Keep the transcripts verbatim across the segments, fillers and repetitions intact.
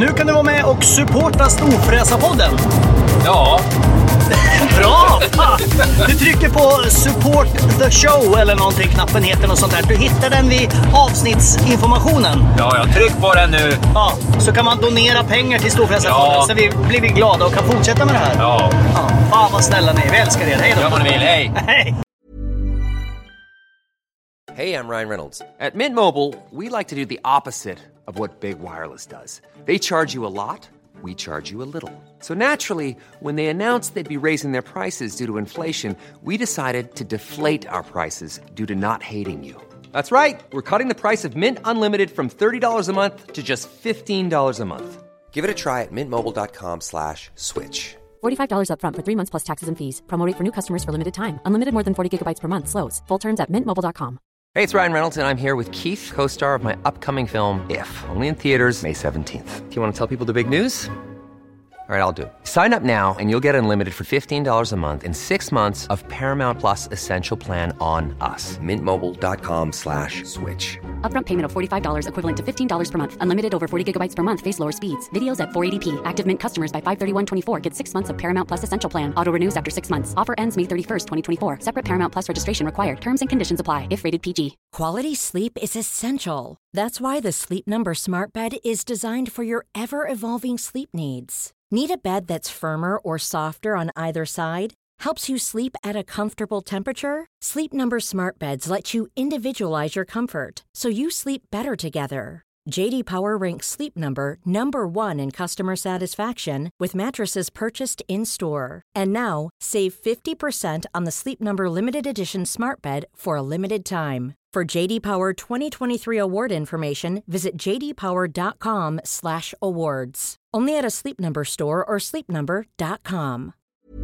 Nu kan du vara med och supporta Storfräsarpodden. Ja. Bra! Du trycker på support the show eller någonting, knappen heter något sånt där. Du hittar den vid avsnittsinformationen. Ja, jag tryck på den nu. Ja, så kan man donera pengar till Storfräsarpodden, ja. Så vi blir vi glada och kan fortsätta med det här. Ja. Ja, fan vad snälla ni är, vi älskar er. Hej då. Gör vad ni vill, hej. Hej. Hey, I'm Ryan Reynolds. At Mint Mobile, we like to do the opposite of what Big Wireless does. They charge you a lot, we charge you a little. So naturally, when they announced they'd be raising their prices due to inflation, we decided to deflate our prices due to not hating you. That's right. We're cutting the price of Mint Unlimited from thirty dollars a month to just fifteen dollars a month. Give it a try at mintmobile.com slash switch. forty-five dollars up front for three months plus taxes and fees. Promo rate for new customers for limited time. Unlimited more than forty gigabytes per month slows. Full terms at mint mobile dot com. Hey, it's Ryan Reynolds, and I'm here with Keith, co-star of my upcoming film, If, only in theaters May seventeenth. Do you want to tell people the big news? All right, I'll do it. Sign up now and you'll get unlimited for fifteen dollars a month and six months of Paramount Plus Essential Plan on us. Mintmobile.com slash switch. Upfront payment of forty-five dollars equivalent to fifteen dollars per month. Unlimited over forty gigabytes per month. Face lower speeds. Videos at four eighty p. Active Mint customers by five thirty-one twenty-four get six months of Paramount Plus Essential Plan. Auto renews after six months. Offer ends May thirty-first, twenty twenty-four. Separate Paramount Plus registration required. Terms and conditions apply if rated P G. Quality sleep is essential. That's why the Sleep Number Smart Bed is designed for your ever-evolving sleep needs. Need a bed that's firmer or softer on either side? Helps you sleep at a comfortable temperature? Sleep Number Smart Beds let you individualize your comfort, so you sleep better together. J D Power ranks Sleep Number number one in customer satisfaction with mattresses purchased in-store. And now, save fifty percent on the Sleep Number Limited Edition Smart Bed for a limited time. For J D Power twenty twenty-three award information, visit jdpower.com slash awards. Only at a Sleep Number store or sleep number dot com.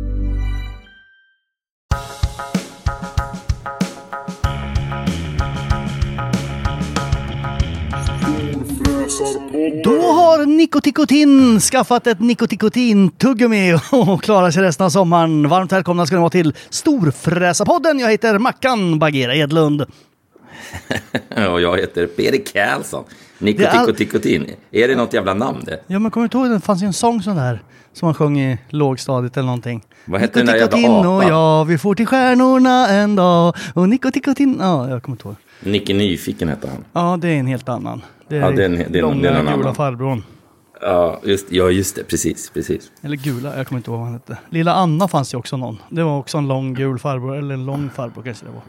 Då har Nikotikotin skaffat ett Nikotikotin-tuggummi och klarar sig resten av sommaren. Varmt välkomna ska ni vara till Storfräsarpodden. Jag heter Mackan Bagheera Edlund. Och jag heter Peder Karlsson. Nikotikotin. All... Är det något jävla namn det? Ja, men kommer du ihåg, det fanns ju en sång sån där som man sjöng i lågstadiet eller någonting. Vad heter den där jävla apan? Och ja, vi får till stjärnorna en dag. Och Nikotikotin. Ja, jag kommer inte ihåg. Nicke Nyfiken heter han. Ja, det är en helt annan. Det är, ja, det är, en, det är långa det är gula annan. farbrorn. Ja just, ja, just det. Precis, precis. Eller gula, jag kommer inte ihåg vad han hette. Lilla Anna fanns ju också någon. Det var också en lång gul farbror. Eller en lång farbror kanske det var.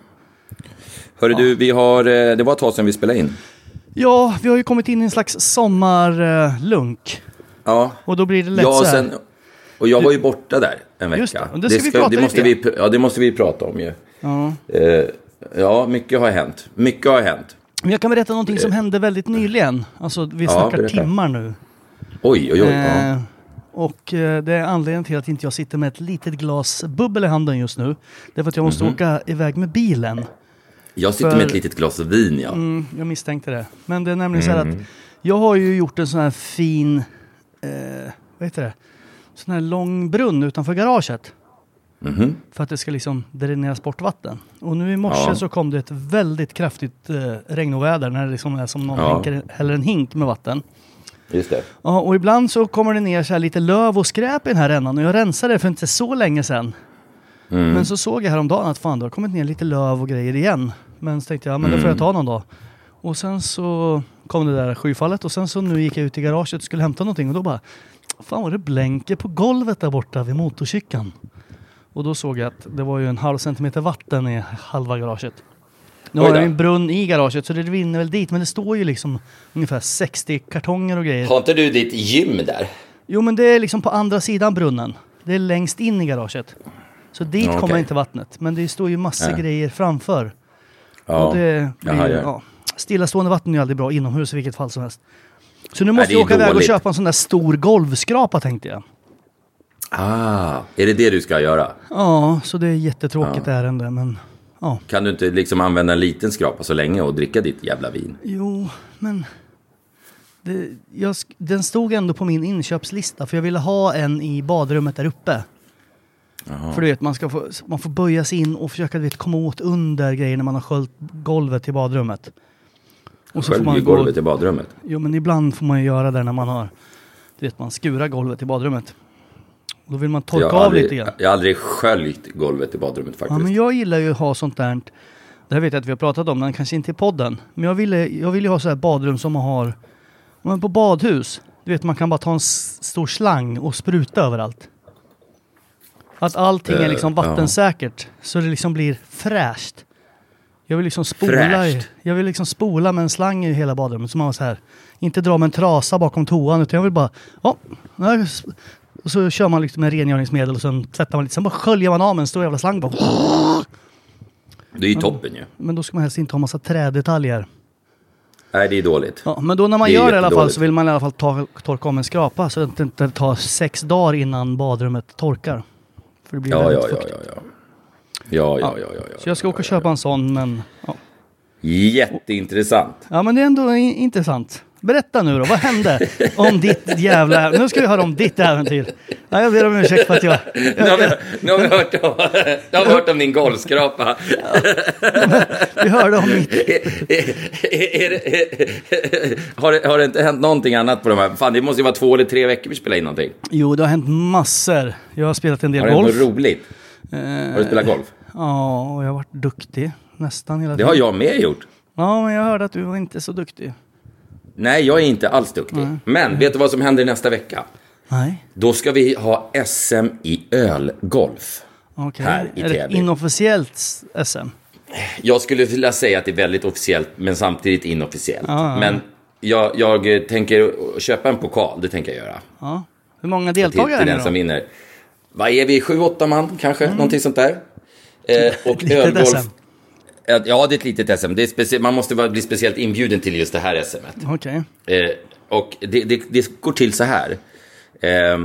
Hörru ja. du, vi har, det var ett tag sedan vi spelade in. Ja, vi har ju kommit in i en slags sommarlunk. Ja. Och då blir det lätt ja, så här. sen, och jag var ju borta där en vecka. Just det, och det ska, det ska vi prata det måste vi, Ja, det måste vi prata om ju. Ja. Uh, ja, mycket har hänt. Mycket har hänt. Men jag kan berätta någonting som hände väldigt nyligen. Alltså, vi ja, snackar berätta. timmar nu. Oj, oj, oj. Eh, ja. Och eh, det är anledningen till att inte jag sitter med ett litet glas bubbel i handen just nu. Det är för att jag måste mm-hmm. åka iväg med bilen. Jag sitter för, med ett litet glas vin, ja. Mm, jag misstänkte det. Men det är nämligen mm. så här att jag har ju gjort en sån här fin, eh, vad heter det? Sån här lång brunn utanför garaget. Mm-hmm. För att det ska liksom dräneras bort vatten. Och nu i morse ja. så kom det ett väldigt kraftigt eh, regnoväder när det liksom är som någon ja. hänkar, häller en hink med vatten. Just det. Ja, och ibland så kommer det ner så här lite löv och skräp i den här rännan. Och jag rensade det för inte så länge sedan. Mm. Men så såg jag häromdagen att fan, det har kommit ner lite löv och grejer igen. Men så tänkte jag, ja, men det får jag ta någon dag. Och sen så kom det där skyfallet. Och sen så nu gick jag ut i garaget och skulle hämta någonting. Och då bara, fan vad det blänker på golvet där borta vid motorcykeln. Och då såg jag att det var ju en halv centimeter vatten i halva garaget. Nu har jag en brunn i garaget så det rinner väl dit. Men det står ju liksom ungefär sextio kartonger och grejer. Har inte du ditt gym där? Jo, men det är liksom på andra sidan brunnen. Det är längst in i garaget. Så dit okay. kommer inte vattnet. Men det står ju massa ja. grejer framför. Ja. Och det blir, Jaha, ja. Ja, stillastående vatten är ju aldrig bra inomhus i vilket fall som helst. Så nu måste jag åka iväg och köpa en sån där stor golvskrapa, tänkte jag. Ah, är det det du ska göra? Ja, så det är jättetråkigt ja. ärende, men ja. Kan du inte liksom använda en liten skrapa så länge och dricka ditt jävla vin? Jo, men det, jag, den stod ändå på min inköpslista för jag ville ha en i badrummet där uppe. Aha. För du vet, man, ska få, man får böja sig in och försöka du vet, komma åt under grejer när man har sköljt golvet i badrummet. Och så får man gå golvet i badrummet? Jo, men ibland får man ju göra det när man har du vet, man skurar golvet i badrummet. Då vill man torka jag av aldrig, lite grann. Jag har aldrig sköljt golvet i badrummet faktiskt. Ja, men jag gillar ju att ha sånt där. Det här vet jag att vi har pratat om, men kanske inte i podden. Men jag vill, jag vill ju ha så här badrum som man har men på badhus. Du vet, man kan bara ta en s- stor slang och spruta överallt. Att allting är liksom vattensäkert. Uh, ja. Så det liksom blir fräscht. Jag vill liksom spola i, jag vill liksom spola med en slang i hela badrummet. Så man var så här. Inte dra med en trasa bakom toan. Utan jag vill bara... Ja, och så kör man liksom med rengöringsmedel. Och sen tvättar man lite. Sen bara sköljer man av med en stor jävla slang. Bara. Det är ju toppen ju. Men då ska man helst inte ha massa trädetaljer. Nej, det är dåligt. Ja, men då när man gör det i alla fall så vill man i alla fall ta, torka om en skrapa. Så att det inte tar sex dagar innan badrummet torkar. För det blir ja, väldigt ja, fuktigt. ja, ja, ja. Ja, ja, ja, ja, ja. Så jag ska åka och ja, ja, köpa en sån, men... Ja. Jätteintressant. Ja, men det är ändå intressant. Berätta nu då, vad hände om ditt jävla... Nu ska vi höra om ditt äventyr. Ja, jag ber om ursäkt för att jag... jag nu, har vi, nu, har vi hört om, nu har vi hört om din golvskrapa. Ja, vi hörde om mitt... är, är, är, har, det, har det inte hänt någonting annat på de här? Fan, det måste ju vara två eller tre veckor vi spelar in någonting. Jo, det har hänt massor. Jag har spelat en del har golf. Har det varit roligt? Eh, har du spelat golf? Ja, och jag har varit duktig. Nästan hela det tiden. har jag med gjort. Ja, men jag hörde att du var inte så duktig. Nej, jag är inte alls duktig. Nej. Men vet du vad som händer nästa vecka? Nej. Då ska vi ha S M i ölgolf. Okay. Här i Täby. Är det inofficiellt S M? Jag skulle vilja säga att det är väldigt officiellt, men samtidigt inofficiellt. Ja, ja. Men jag, jag tänker köpa en pokal, det tänker jag göra. Ja. Hur många deltagare till, till är den då? Som vinner. Vad är vi? Sju, åtta man kanske? Mm. Någonting sånt där. Eh, och ölgolf. S M. Ja, det är ett litet S M. Det är specie- man måste vara, bli speciellt inbjuden till just det här S M:et. Okej. Okay. Eh, och det, det, det går till så här. Eh,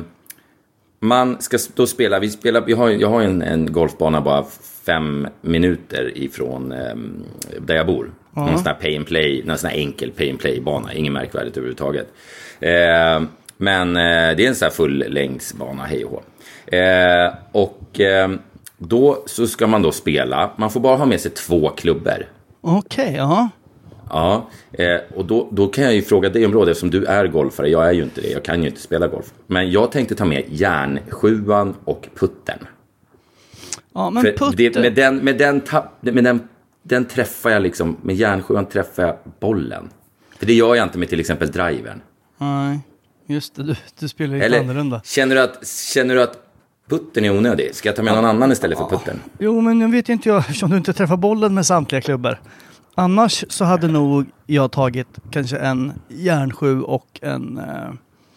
man ska då spela, vi spelar, vi har, jag har en, en golfbana bara fem minuter ifrån eh, där jag bor. Uh-huh. Någon sån här pay and play, någon sån här enkel pay and play bana, ingen märkvärdigt överhuvudtaget. Eh, men eh, det är en sån här fullängdsbana, hej och hå. Eh, och eh, då så ska man då spela, man får bara ha med sig två klubbor. Okej, okay, ja. Ja, eh, och då, då kan jag ju fråga dig om råd, eftersom du är golfare. Jag är ju inte det, jag kan ju inte spela golf. Men jag tänkte ta med järnsjuan och putten. Ja, men putten... Det, med den, med den, ta, med den, den träffar jag liksom, med järnsjuan träffar jag bollen. För det gör jag inte med till exempel drivern. Nej, just det, du, du spelar lite Eller, annorlunda. Känner du att, känner du att putten är onödig? Ska jag ta med någon annan istället för putten? Jo, men nu vet inte jag, eftersom du inte träffar bollen med samtliga klubbor. Annars så hade nog jag tagit kanske en järnsju och en eh,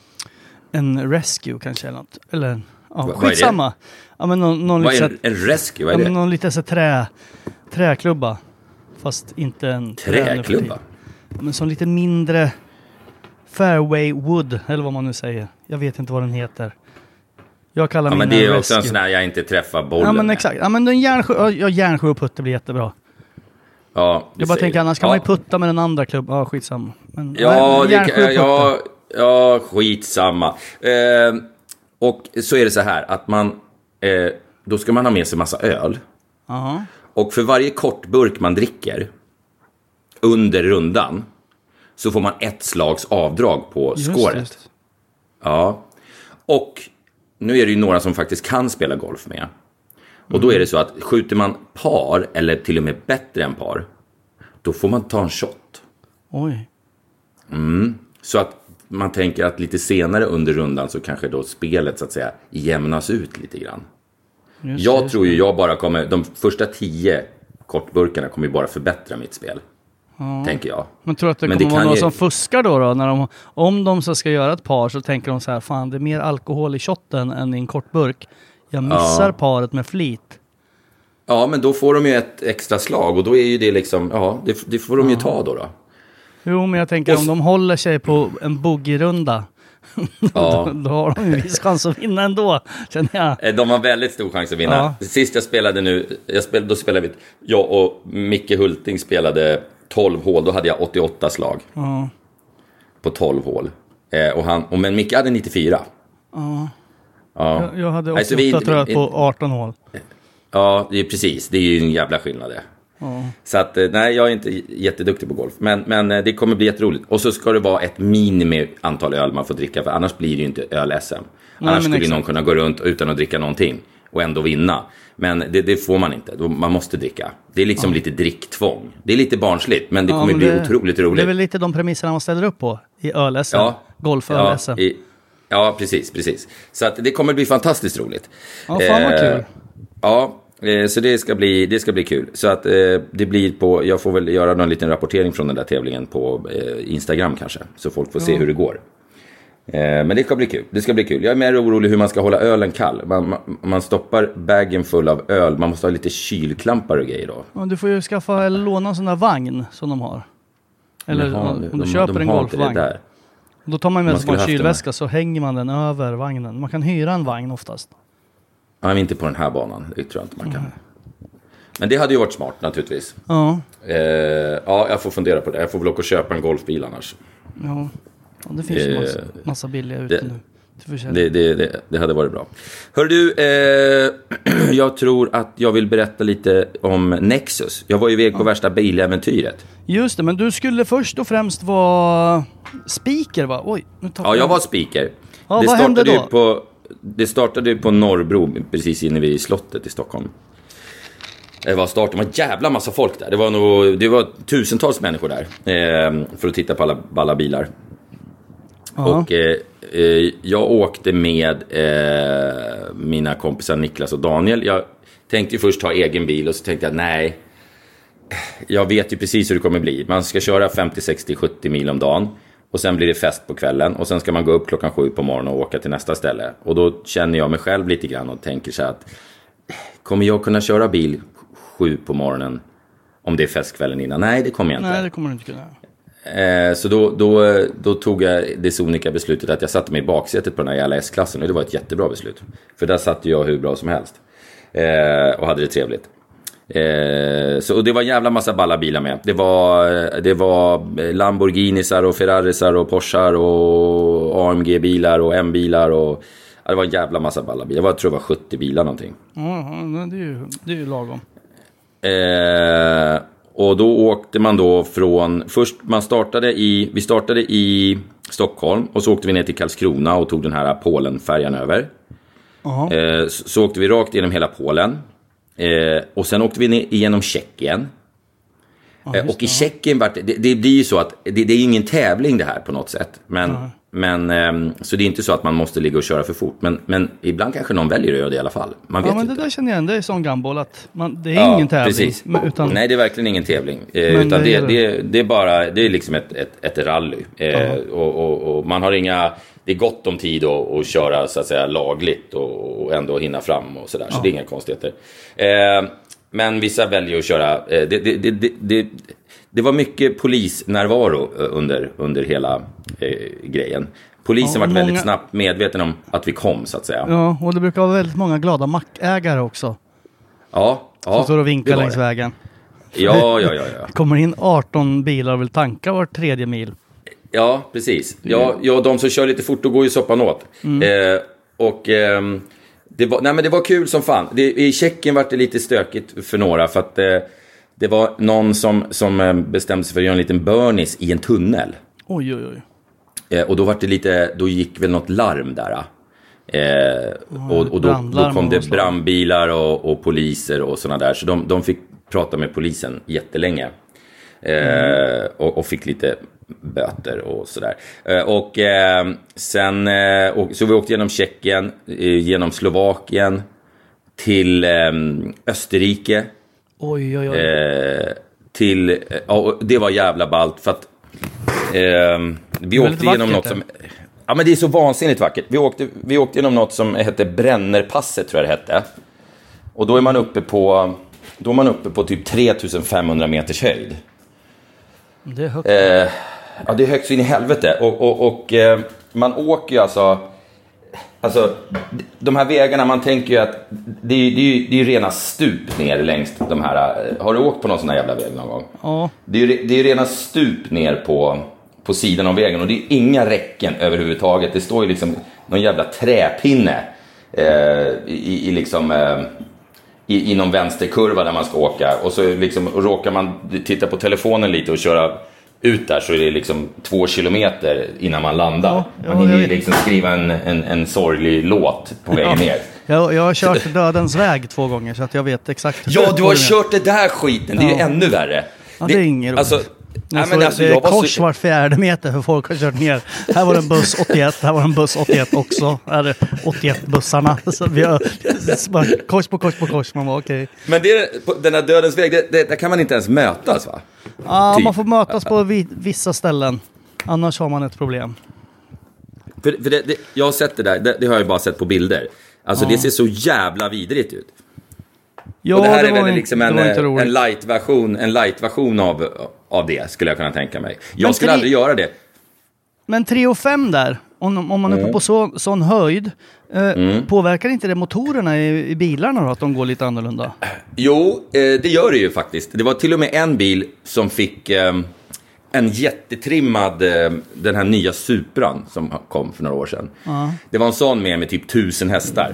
en rescue kanske eller något. Eller, ja, Va, skitsamma. Ja, men någon, någon vad är lite, en, en rescue? Vad är ja, det? men någon lite så trä, träklubba. Fast inte en... Träklubba? Men som lite mindre fairway wood, eller vad man nu säger. Jag vet inte vad den heter. Jag kallar ja, mina men det är rescue. också en sån här jag inte träffar bollen. Ja, men exakt. Ja, men den järnsju, ja, järnsju och putte blir jättebra. Ja, jag bara tänker, annars kan ja. man ju putta med den andra klubban. Ja, skitsamma. Men, ja, nej, det kan, ja, ja, skitsamma. Eh, och så är det så här att man, eh, då ska man ha med sig massa öl. Uh-huh. Och för varje kortburk man dricker under rundan så får man ett slags avdrag på just, scoret. Just. Ja. Och nu är det ju några som faktiskt kan spela golf med. Och då är det så att skjuter man par eller till och med bättre än par, då får man ta en shot. Oj. Mm. Så att man tänker att lite senare under rundan så kanske då spelet så att säga jämnas ut lite grann. Just jag det, tror ju jag bara kommer, de första tio kortburkarna kommer ju bara förbättra mitt spel. Ja. Tänker jag. Men tror du att det Men kommer det vara någon ju... som fuskar då? då när de, om de så ska göra ett par så tänker de så här, fan det är mer alkohol i shotten än i en kortburk. Jag missar ja. paret med flit. Ja, men då får de ju ett extra slag och då är ju det liksom, ja, det, det får de ja. ju ta då då. Jo, men jag tänker och... om de håller sig på en bogey-runda ja. då, då har de ju viss chans att vinna ändå, känner jag. De har väldigt stor chans att vinna. Ja. Sist jag spelade nu, jag spelade, då spelade vi, jag och Micke Hulting spelade tolv hål, då hade jag åttioåtta slag. Ja. På tolv hål. Eh, och han, och men Micke hade nittiofyra. Ja. Ja. Jag, jag hade åttioåtta alltså, vi, tror jag på arton hål. Ja, det är precis. Det är ju en jävla skillnad det. Ja. Så att, nej, jag är inte jätteduktig på golf. Men, men det kommer bli jätteroligt. Och så ska det vara ett minimi antal öl man får dricka. För annars blir det ju inte öl-S M. Nej, annars skulle exakt. någon kunna gå runt utan att dricka någonting. Och ändå vinna. Men det, det får man inte. Man måste dricka. Det är liksom ja. lite dricktvång. Det är lite barnsligt. Men det ja, kommer men bli det, otroligt roligt. Det är väl lite de premisserna man ställer upp på i öl-S M. Ja. Golf-öl-S M. Ja, i, ja, precis, precis. Så att det kommer bli fantastiskt roligt. Ja, fan vad kul. Eh, ja, eh, så det ska bli, det ska bli kul. Så att eh, det blir på, jag får väl göra någon liten rapportering från den där tävlingen på eh, Instagram kanske. Så folk får se ja. hur det går. Eh, men det ska bli kul, det ska bli kul. Jag är mer orolig hur man ska hålla ölen kall. Man, man, man stoppar bagen full av öl. Man måste ha lite kylklampar och grejer då. Ja, du får ju skaffa eller låna en sån där vagn som de har. Eller har, om de, du köper de en golfvagn. Där. Då tar man med Man sig en skulle kylväska så hänger man den över vagnen. Man kan hyra en vagn oftast. Ja, men inte på den här banan. Det tror jag inte man kan. Mm. Men det hade ju varit smart naturligtvis. Ja. Eh, ja, jag får fundera på det. Jag får väl åka och köpa en golfbil annars. Ja, ja det finns ju eh, massa, massa billiga ute det, nu. Det, det, det, det hade varit bra. Hör du, eh, jag tror att jag vill berätta lite om Nexus. Jag var ju iväg på ja. värsta biläventyret. Just det, men du skulle först och främst vara speaker, va? Oj, nu tar ja, jag var speaker. Ja, det vad hände då? Ju på, det startade ju på Norrbro, precis inne vid slottet i Stockholm. Det var starten, det var en jävla massa folk där. Det var, nog, det var tusentals människor där eh, för att titta på alla, alla bilar. Aha. Och eh, eh, jag åkte med eh, mina kompisar Niklas och Daniel. Jag tänkte ju först ta egen bil och så tänkte jag nej, jag vet ju precis hur det kommer bli. Man ska köra femtio, sextio, sjuttio mil om dagen och sen blir det fest på kvällen och sen ska man gå upp klockan sju på morgonen och åka till nästa ställe. Och då känner jag mig själv lite grann och tänker så här att kommer jag kunna köra bil sju på morgonen om det är festkvällen innan? Nej, det kommer jag inte. Nej, det kommer du inte kunna. Så då, då, då tog jag det sonika beslutet att jag satte mig i baksätet på den här jävla S-klassen. Och det var ett jättebra beslut. För där satt jag hur bra som helst. Eh, och hade det trevligt. Eh, så, och det var en jävla massa balla bilar med. Det var, det var Lamborghinisar och Ferrarisar och Porschar och A M G-bilar och M-bilar. Och, ja, det var en jävla massa balla bilar. Jag tror det var sjuttio bilar någonting. Ja, det är ju, det är ju lagom. Eh... Och då åkte man då från, först man startade i, vi startade i Stockholm och så åkte vi ner till Karlskrona och tog den här Polenfärjan över. Eh, så, så åkte vi rakt genom hela Polen. Eh, och sen åkte vi ner igenom Tjeckien. Eh, och i Tjeckien var det, det, det blir ju så att det, det är ingen tävling det här på något sätt. Men, mm. men eh, så det är inte så att man måste ligga och köra för fort. Men, men ibland kanske någon väljer att göra det i alla fall. Man vet ja, men inte. det där känner jag igen. Det är sån gamboll att man, det är ja, ingen tävling. Precis. Utan... Nej, det är verkligen ingen tävling. Eh, utan det, det, det, det är bara, det är liksom ett, ett, ett rally. Eh, och, och, och man har inga, det är gott om tid att, att köra så att säga lagligt och, och ändå hinna fram och sådär. Så det är inga konstigheter. Eh, men vissa väljer att köra, eh, det, det, det, det, det Det var mycket polisnärvaro under, under hela eh, grejen. Polisen ja, var många... väldigt snabbt medveten om att vi kom, så att säga. Ja, och det brukar vara väldigt många glada mackägare också. Ja, ja. Som står och vinkar längs vägen. Ja, ja, ja, ja. Kommer in arton bilar och vill tanka var tredje mil. Ja, precis. Ja, ja, de som kör lite fort, då går ju soppan åt. Mm. Eh, och... Eh, det var, nej, men det var kul som fan. Det, I Tjeckien var det lite stökigt för några, för att... Eh, det var någon som, som bestämde sig för att göra en liten burnis i en tunnel. Oj, oj, oj. Eh, och då var det lite, då gick väl något larm där. Eh, oh, och och då, då kom det brandbilar och, och poliser och sådana där. Så de, de fick prata med polisen jättelänge. Eh, mm. och, och fick lite böter och sådär. Eh, och eh, sen, eh, och, så vi åkte genom Tjeckien, eh, genom Slovakien till eh, Österrike. Oj, oj, oj. Eh, till, ja, det var jävla ballt för att eh, vi åkte igenom något som, ja men det är så vansinnigt vackert. Vi åkte, vi åkte genom något som hette Brennerpasset, tror jag det hette. Och då är man uppe på, då är man uppe på typ tre tusen femhundra meters höjd. Det är högt. Eh, ja, det är högt så in i helvete. Och, och, och eh, man åker ju alltså, alltså, de här vägarna, man tänker ju att det är, det är, ju, det är ju rena stup ner längs de här. Har du åkt på någon sån här jävla väg någon gång? Ja. Det är ju det är rena stup ner på, på sidan av vägen. Och det är inga räcken överhuvudtaget. Det står ju liksom någon jävla träpinne eh, i, i liksom... Eh, i, i någon vänsterkurva där man ska åka. Och så liksom, och råkar man titta på telefonen lite och köra ut där, så är det liksom två kilometer innan man landar. Ja, ja, man hinner ju liksom skriva en, en, en sorglig låt på vägen ja. ner. Jag, jag har kört Dödens väg två gånger så att jag vet exakt. Ja, du har kört det där skiten. Det är ja. ju ännu värre. Ja, det är inget roligt. Alltså, nej, men alltså, det är kors så... var fjärde meter för folk har kört ner. Här var en buss åttioett, här var en buss åttioett också. Här är åttioett-bussarna. Så vi har kors på kors på kors. Man var okej. Okay. Men det är, på den här Dödens väg, det, det, där kan man inte ens mötas, va? Ja, typ. Man får mötas på vi, vissa ställen. Annars har man ett problem. För, för det, det, jag har sett det där, det, det har jag bara sett på bilder. Alltså ja. det ser så jävla vidrigt ut. Ja, och det här det är väl in, liksom en, en light-version en light-version av, av det, skulle jag kunna tänka mig. Jag men skulle tre, aldrig göra det. Men tre och fem där, om, om man är mm. uppe på så, sån höjd, eh, mm. påverkar inte det motorerna i, i bilarna då, att de går lite annorlunda? Jo, eh, det gör det ju faktiskt. Det var till och med en bil som fick eh, en jättetrimmad, eh, den här nya Supran som kom för några år sedan. Uh. Det var en sån med, med typ tusen hästar.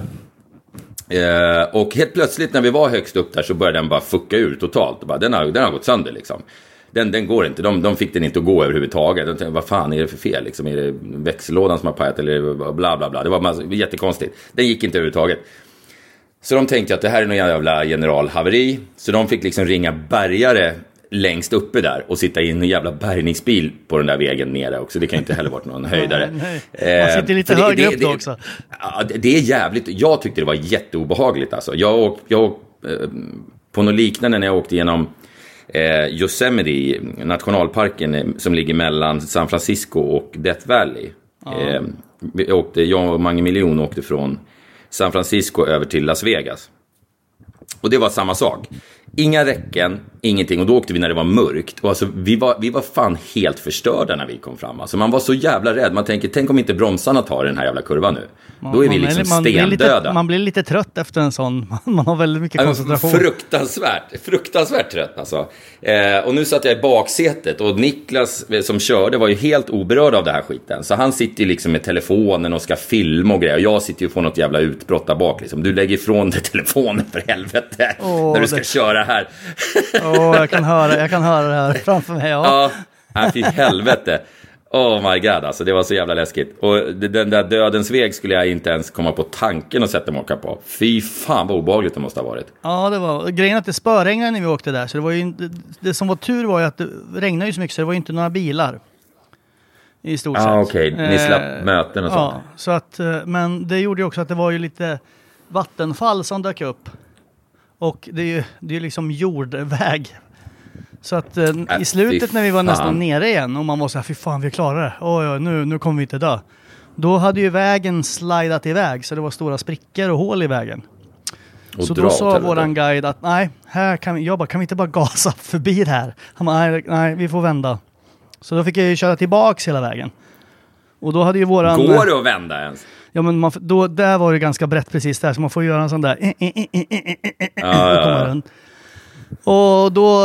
Eh, och helt plötsligt när vi var högst upp där så började den bara fucka ur totalt. Bara, den, har, den har gått sönder liksom. Den, den går inte, de, de fick den inte att gå överhuvudtaget. De tänkte, vad fan är det för fel liksom? Är det växellådan som har pajat eller bla bla bla. Det var massa, jättekonstigt. Den gick inte överhuvudtaget. Så de tänkte att det här är någon jävla generalhaveri. Så de fick liksom ringa bärgare längst uppe där och sitta i en jävla bärgningsbil på den där vägen nere också. Det kan inte heller varit någon höjdare. Nej, nej. Man sitter lite högre det, upp då också. Ja, det, det är jävligt. Jag tyckte det var jätteobehagligt alltså. Jag åkte jag åk, eh, på något liknande när jag åkte genom eh, Yosemite, nationalparken som ligger mellan San Francisco och Death Valley. Ja. Eh, jag, åkte, jag och Mange Miljon åkte från San Francisco över till Las Vegas. Och det var samma sak. Inga räcken, ingenting. Och då åkte vi när det var mörkt. Och alltså, vi, var, vi var fan helt förstörda när vi kom fram. Alltså, man var så jävla rädd. Man tänker, tänk om inte bromsarna tar den här jävla kurvan nu. Då är vi liksom man, stendöda. Blir lite, man blir lite trött efter en sån. Man har väldigt mycket koncentration. Fruktansvärt, fruktansvärt trött alltså. Eh, och nu satt jag i baksätet. Och Niklas som körde var ju helt oberörd av det här skiten. Så han sitter ju liksom med telefonen och ska filma och grejer. Och jag sitter ju och får något jävla utbrott där bak. Liksom. Du lägger ifrån dig telefonen för helvete. Oh, när du ska det... köra här. Åh, oh, jag kan höra, jag kan höra det här framför mig. Ja, ja fy helvete. Oh my god, alltså det var så jävla läskigt. Och den där Dödens väg skulle jag inte ens komma på tanken att sätta mig och åka på. Fy fan vad obehagligt det måste ha varit. Ja, det var grejen att det spöregnade när vi åkte där. Så det var ju det, det som var tur var ju att det regnade ju så mycket så det var ju inte några bilar. I stort sett. Ja, ah, okej. Okay. Ni slapp eh, möten och så. Ja, så att, men det gjorde ju också att det var ju lite vattenfall som dök upp. Och det är ju det är liksom jordväg. Så att eh, äh, i slutet när vi var nästan nere igen och man var så här, fy fan vi klarar det. Oj, oj, nu, nu kommer vi inte dö. Då hade ju vägen slidat iväg så det var stora sprickor och hål i vägen. Och så då sa våran guide att nej, här kan vi, jag bara, kan vi inte bara gasa förbi det här? Han bara, nej, nej, vi får vända. Så då fick jag ju köra tillbaks hela vägen. Och då hade ju våran... Går det att vända ens? Ja, men man, då, där var det ganska brett precis där. Så man får göra en sån där... Eh, eh, eh, eh, eh, eh, ah, ja, ja. Och då...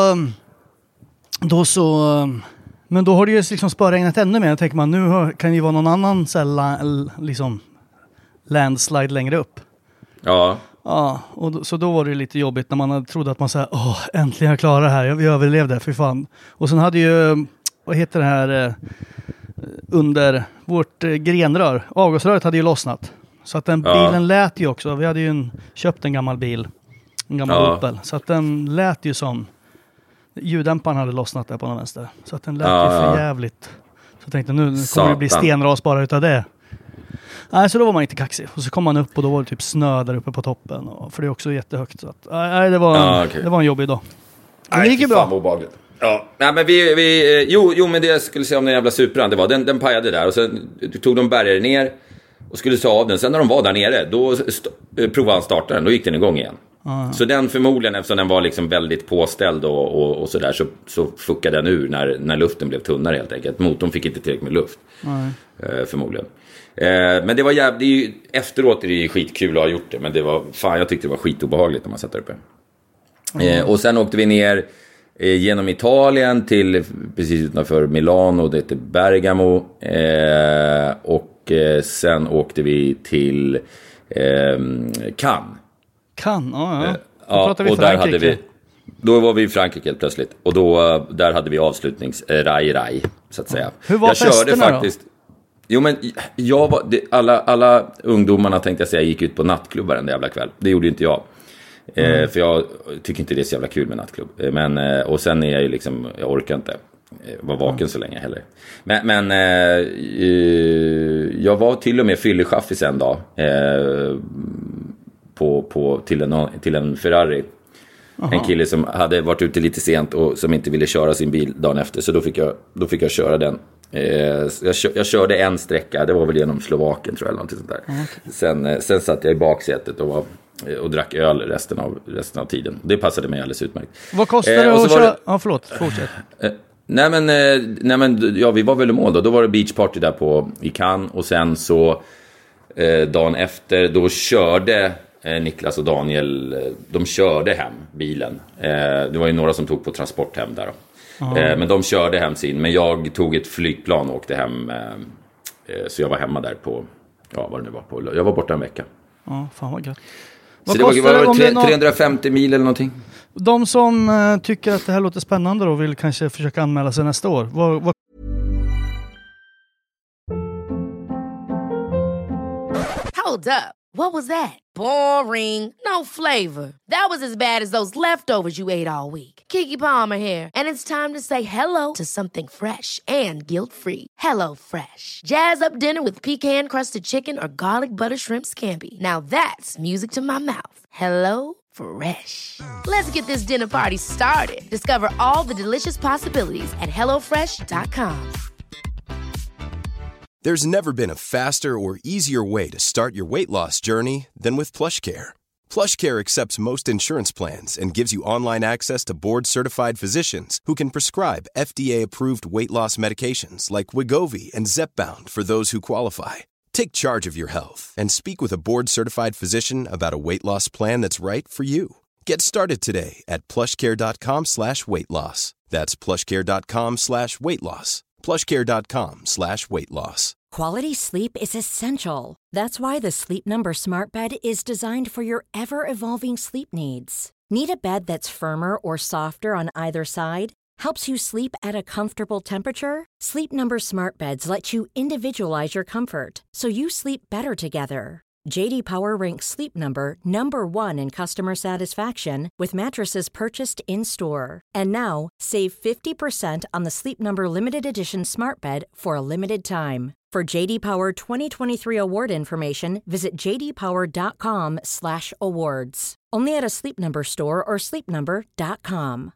Då så... Men då har det ju liksom spöregnat ännu mer. Jag tänker man, nu kan det ju vara någon annan cella, liksom, landslide längre upp. Ja. Ja, och då, så då var det lite jobbigt när man trodde att man sa, åh, äntligen jag klarar det här. Vi överlevde, för fan. Och sen hade ju... Vad heter det här... Eh, under vårt eh, grenrör. Avgasröret hade ju lossnat. Så att den bilen ja. lät ju också. Vi hade ju en, köpt en gammal bil. En gammal ja. Opel. Så att den lät ju som... Ljuddämparen hade lossnat där på den vänster. Så att den lät ja, ju för jävligt. Så jag tänkte, nu kommer Satan. det bli stenras bara utav det. Nej, så då var man inte kaxig. Och så kom man upp och då var det typ snö där uppe på toppen. Och, för det är också jättehögt. Så att, nej, det var, ja, okay. det var en jobbig dag. Men det gick ju bra. Ja, nej, men vi, vi jo, jo, men det jag skulle säga om den jävla Supran, det var, den, den pajade där och sen tog de bärgare ner och skulle ta av den. Sen när de var där nere, då st- provade han starta den, då gick den igång igen. Ah. Så den förmodligen, eftersom den var liksom väldigt påställd och, och, och sådär, så, så fuckade den ur när, när luften blev tunnare helt enkelt. Motorn fick inte tillräckligt med luft, ah. eh, förmodligen. Eh, men det var jävligt, det är ju, efteråt är det ju skitkul att ha gjort det, men det var, fan jag tyckte det var skitobehagligt när man satt där uppe. Ah. Eh, och sen åkte vi ner genom Italien till precis utanför Milano, det heter Bergamo, eh, och eh, sen åkte vi till eh, Cannes. Cannes, ja, ja. Ja, vi och där hade vi, då var vi i Frankrike helt plötsligt. Och då, där hade vi avslutnings eh, raj raj så att säga. Hur var jag körde festerna faktiskt. Då? Jo, men jag var, det, alla, alla ungdomarna tänkte jag säga gick ut på nattklubbar en jävla kväll. Det gjorde inte jag. Mm. Eh, för jag tycker inte det är så jävla kul med nattklubb. Men, eh, och sen är jag ju liksom, jag orkar inte vara vaken mm. så länge heller. Men, men eh, jag var till och med fyllechaffis en dag. Eh, på, på, till, en, till en Ferrari. Aha. En kille som hade varit ute lite sent och som inte ville köra sin bil dagen efter. Så då fick jag, då fick jag köra den. Eh, jag, kör, jag körde en sträcka. Det var väl genom Slovakien tror jag. Eller något sånt där. Okay. Sen, sen satt jag i baksätet och, var, och drack öl resten av, resten av tiden. Det passade mig alldeles utmärkt. Vad kostar det eh, att köra? Det... Ja, förlåt. Fortsätt. Eh, nej, men, eh, nej men ja, vi var väl i mål då. Då var det beachparty där på, i Cannes. Och sen så eh, dagen efter då körde... Niklas och Daniel, de körde hem bilen. Det var ju några som tog på transport hem där då. Men de körde hem sin. Men jag tog ett flygplan och åkte hem. Så jag var hemma där på, ja vad det nu var på. Jag var borta en vecka. Ja, fan vad gött. Så det var, var, var tre, trehundrafemtio mil eller någonting. De som uh, tycker att det här låter spännande och vill kanske försöka anmäla sig nästa år. Vad, vad... Hold up. What was that? Boring. No flavor. That was as bad as those leftovers you ate all week. Keke Palmer here. And it's time to say hello to something fresh and guilt-free. Hello Fresh. Jazz up dinner with pecan-crusted chicken or garlic butter shrimp scampi. Now that's music to my mouth. Hello Fresh. Let's get this dinner party started. Discover all the delicious possibilities at hello fresh dot com. There's never been a faster or easier way to start your weight loss journey than with PlushCare. PlushCare accepts most insurance plans and gives you online access to board-certified physicians who can prescribe F D A-approved weight loss medications like Wegovy and Zepbound for those who qualify. Take charge of your health and speak with a board-certified physician about a weight loss plan that's right for you. Get started today at plushcare.com slash weight loss. That's plushcare.com slash weight loss. plushcare.com slash weight loss. Quality sleep is essential. That's why the Sleep Number Smart Bed is designed for your ever-evolving sleep needs. Need a bed that's firmer or softer on either side? Helps you sleep at a comfortable temperature? Sleep Number Smart Beds let you individualize your comfort, so you sleep better together. J D Power ranks Sleep Number number one in customer satisfaction with mattresses purchased in-store. And now, save fifty percent on the Sleep Number Limited Edition Smart Bed for a limited time. For J D Power twenty twenty-three award information, visit j d power dot com slash awards. Only at a Sleep Number store or sleep number dot com.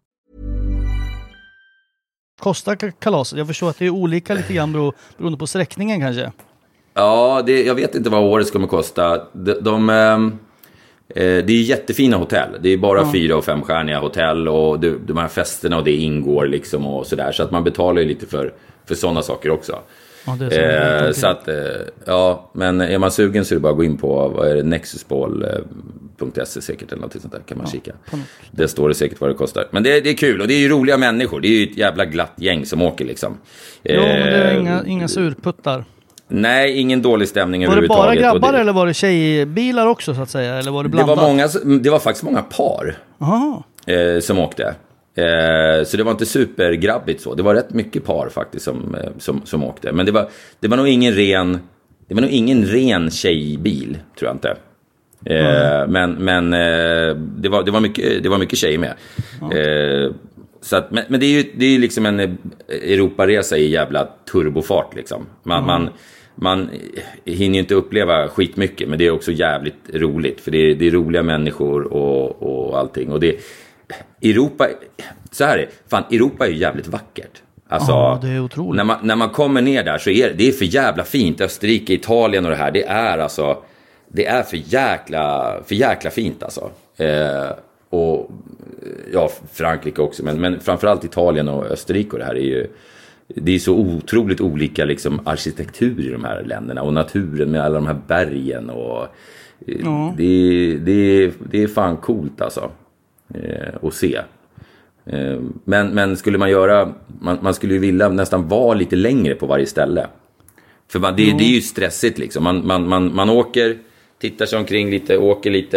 Kostar kalaset? Jag förstår att det är olika lite grann bero, beroende på sträckningen kanske. Ja, det, jag vet inte vad året kommer kosta. De, de, eh, det är jättefina hotell. Det är bara ja. fyra- och femstjärniga hotell. Och de, de här festerna och det ingår liksom och sådär. Så att man betalar ju lite för, för sådana saker också. Ja, det är så. Eh, så att, eh, ja, men är man sugen så är det bara att gå in på vad är det, nexusball punkt se säkert eller något sånt där kan man ja, kika. Det står det säkert vad det kostar. Men det, det är kul och det är ju roliga människor. Det är ju ett jävla glatt gäng som åker liksom. Ja, men det är inga, inga surputtar. Nej, ingen dålig stämning överhuvudtaget. Var det bara grabbar det... eller var det tjejbilar också så att säga? Eller var det blandat? Det var, många, det var faktiskt många par eh, som åkte. Eh, så det var inte supergrabbigt så. Det var rätt mycket par faktiskt som, eh, som, som åkte. Men det var, det var nog ingen ren det var nog ingen ren tjejbil, tror jag inte. Eh, mm. Men, men eh, det, var, det, var mycket, det var mycket tjejer med. Mm. Eh, Så att, men, men det är ju det är liksom en Europaresa i jävla turbofart liksom. Man, mm. man, man hinner ju inte uppleva skitmycket, men det är också jävligt roligt. För det är, det är roliga människor och, och allting. Och det, Europa, så här är fan, Europa är ju jävligt vackert. Alltså, ja, det är otroligt. När man, när man kommer ner där så är det är för jävla fint. Österrike, Italien och det här, det är alltså, det är för jäkla, för jäkla fint alltså. Eh, och ja, Frankrike också, men, men framförallt Italien och Österrike och det här är ju, det är så otroligt olika liksom arkitektur i de här länderna och naturen med alla de här bergen och ja. det, det, det är fan coolt alltså eh, att se. Eh, men, men skulle man göra, man, man skulle ju vilja nästan vara lite längre på varje ställe. För man, det, mm. det är ju stressigt liksom, man, man, man, man åker, tittar sig omkring lite, åker lite,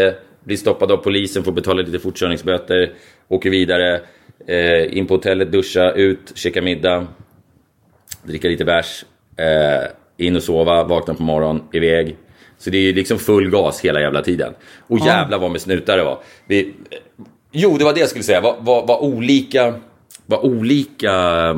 blir stoppad av polisen, får betala lite fortkörningsböter, åker vidare, eh, in på hotellet, duscha, ut, käka middag, dricka lite bärs, eh, in och sova, vakna på morgon, iväg. Så det är ju liksom full gas hela jävla tiden. Och ja. jävla vad med snutare var. Vi, jo, det var det jag skulle säga. Vad, vad, vad olika, vad olika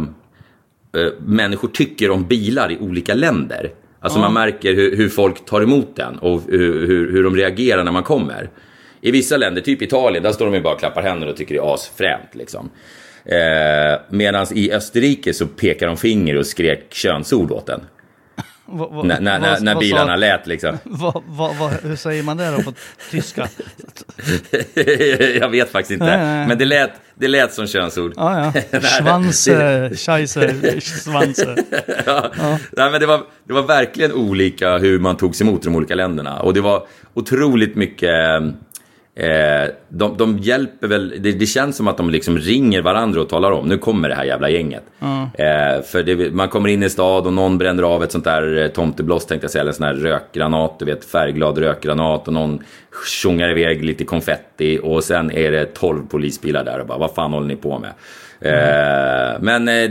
eh, människor tycker om bilar i olika länder. Alltså ja. man märker hur, hur folk tar emot den och hur, hur, hur de reagerar när man kommer. I vissa länder, typ Italien, där står de ju bara och klappar händer och tycker det är asfrämt liksom. Eh, Medan i Österrike så pekar de finger och skrek könsord åt den. Va, va, när när, vad, när vad bilarna sa, lät liksom. Va, va, va, hur säger man det då på tyska? Jag vet faktiskt inte. Nej, nej. Men det lät, det lät som könsord. Ja, ja. Schwanze, scheisse, svanse. Ja. Ja. Nej, men det var, det var verkligen olika hur man tog sig emot de olika länderna. Och det var otroligt mycket... Eh, de, de hjälper väl, det, det känns som att de liksom ringer varandra och talar om, nu kommer det här jävla gänget. Mm. Eh, för det, man kommer in i stad och någon bränner av ett sånt där eh, tomtebloss, tänkte jag säga, eller en sån här rökgranat, du vet, färgglad rökgranat, och någon tjongar iväg lite konfetti och sen är det tolv polisbilar där och bara, vad fan håller ni på med? Mm. Eh, men eh,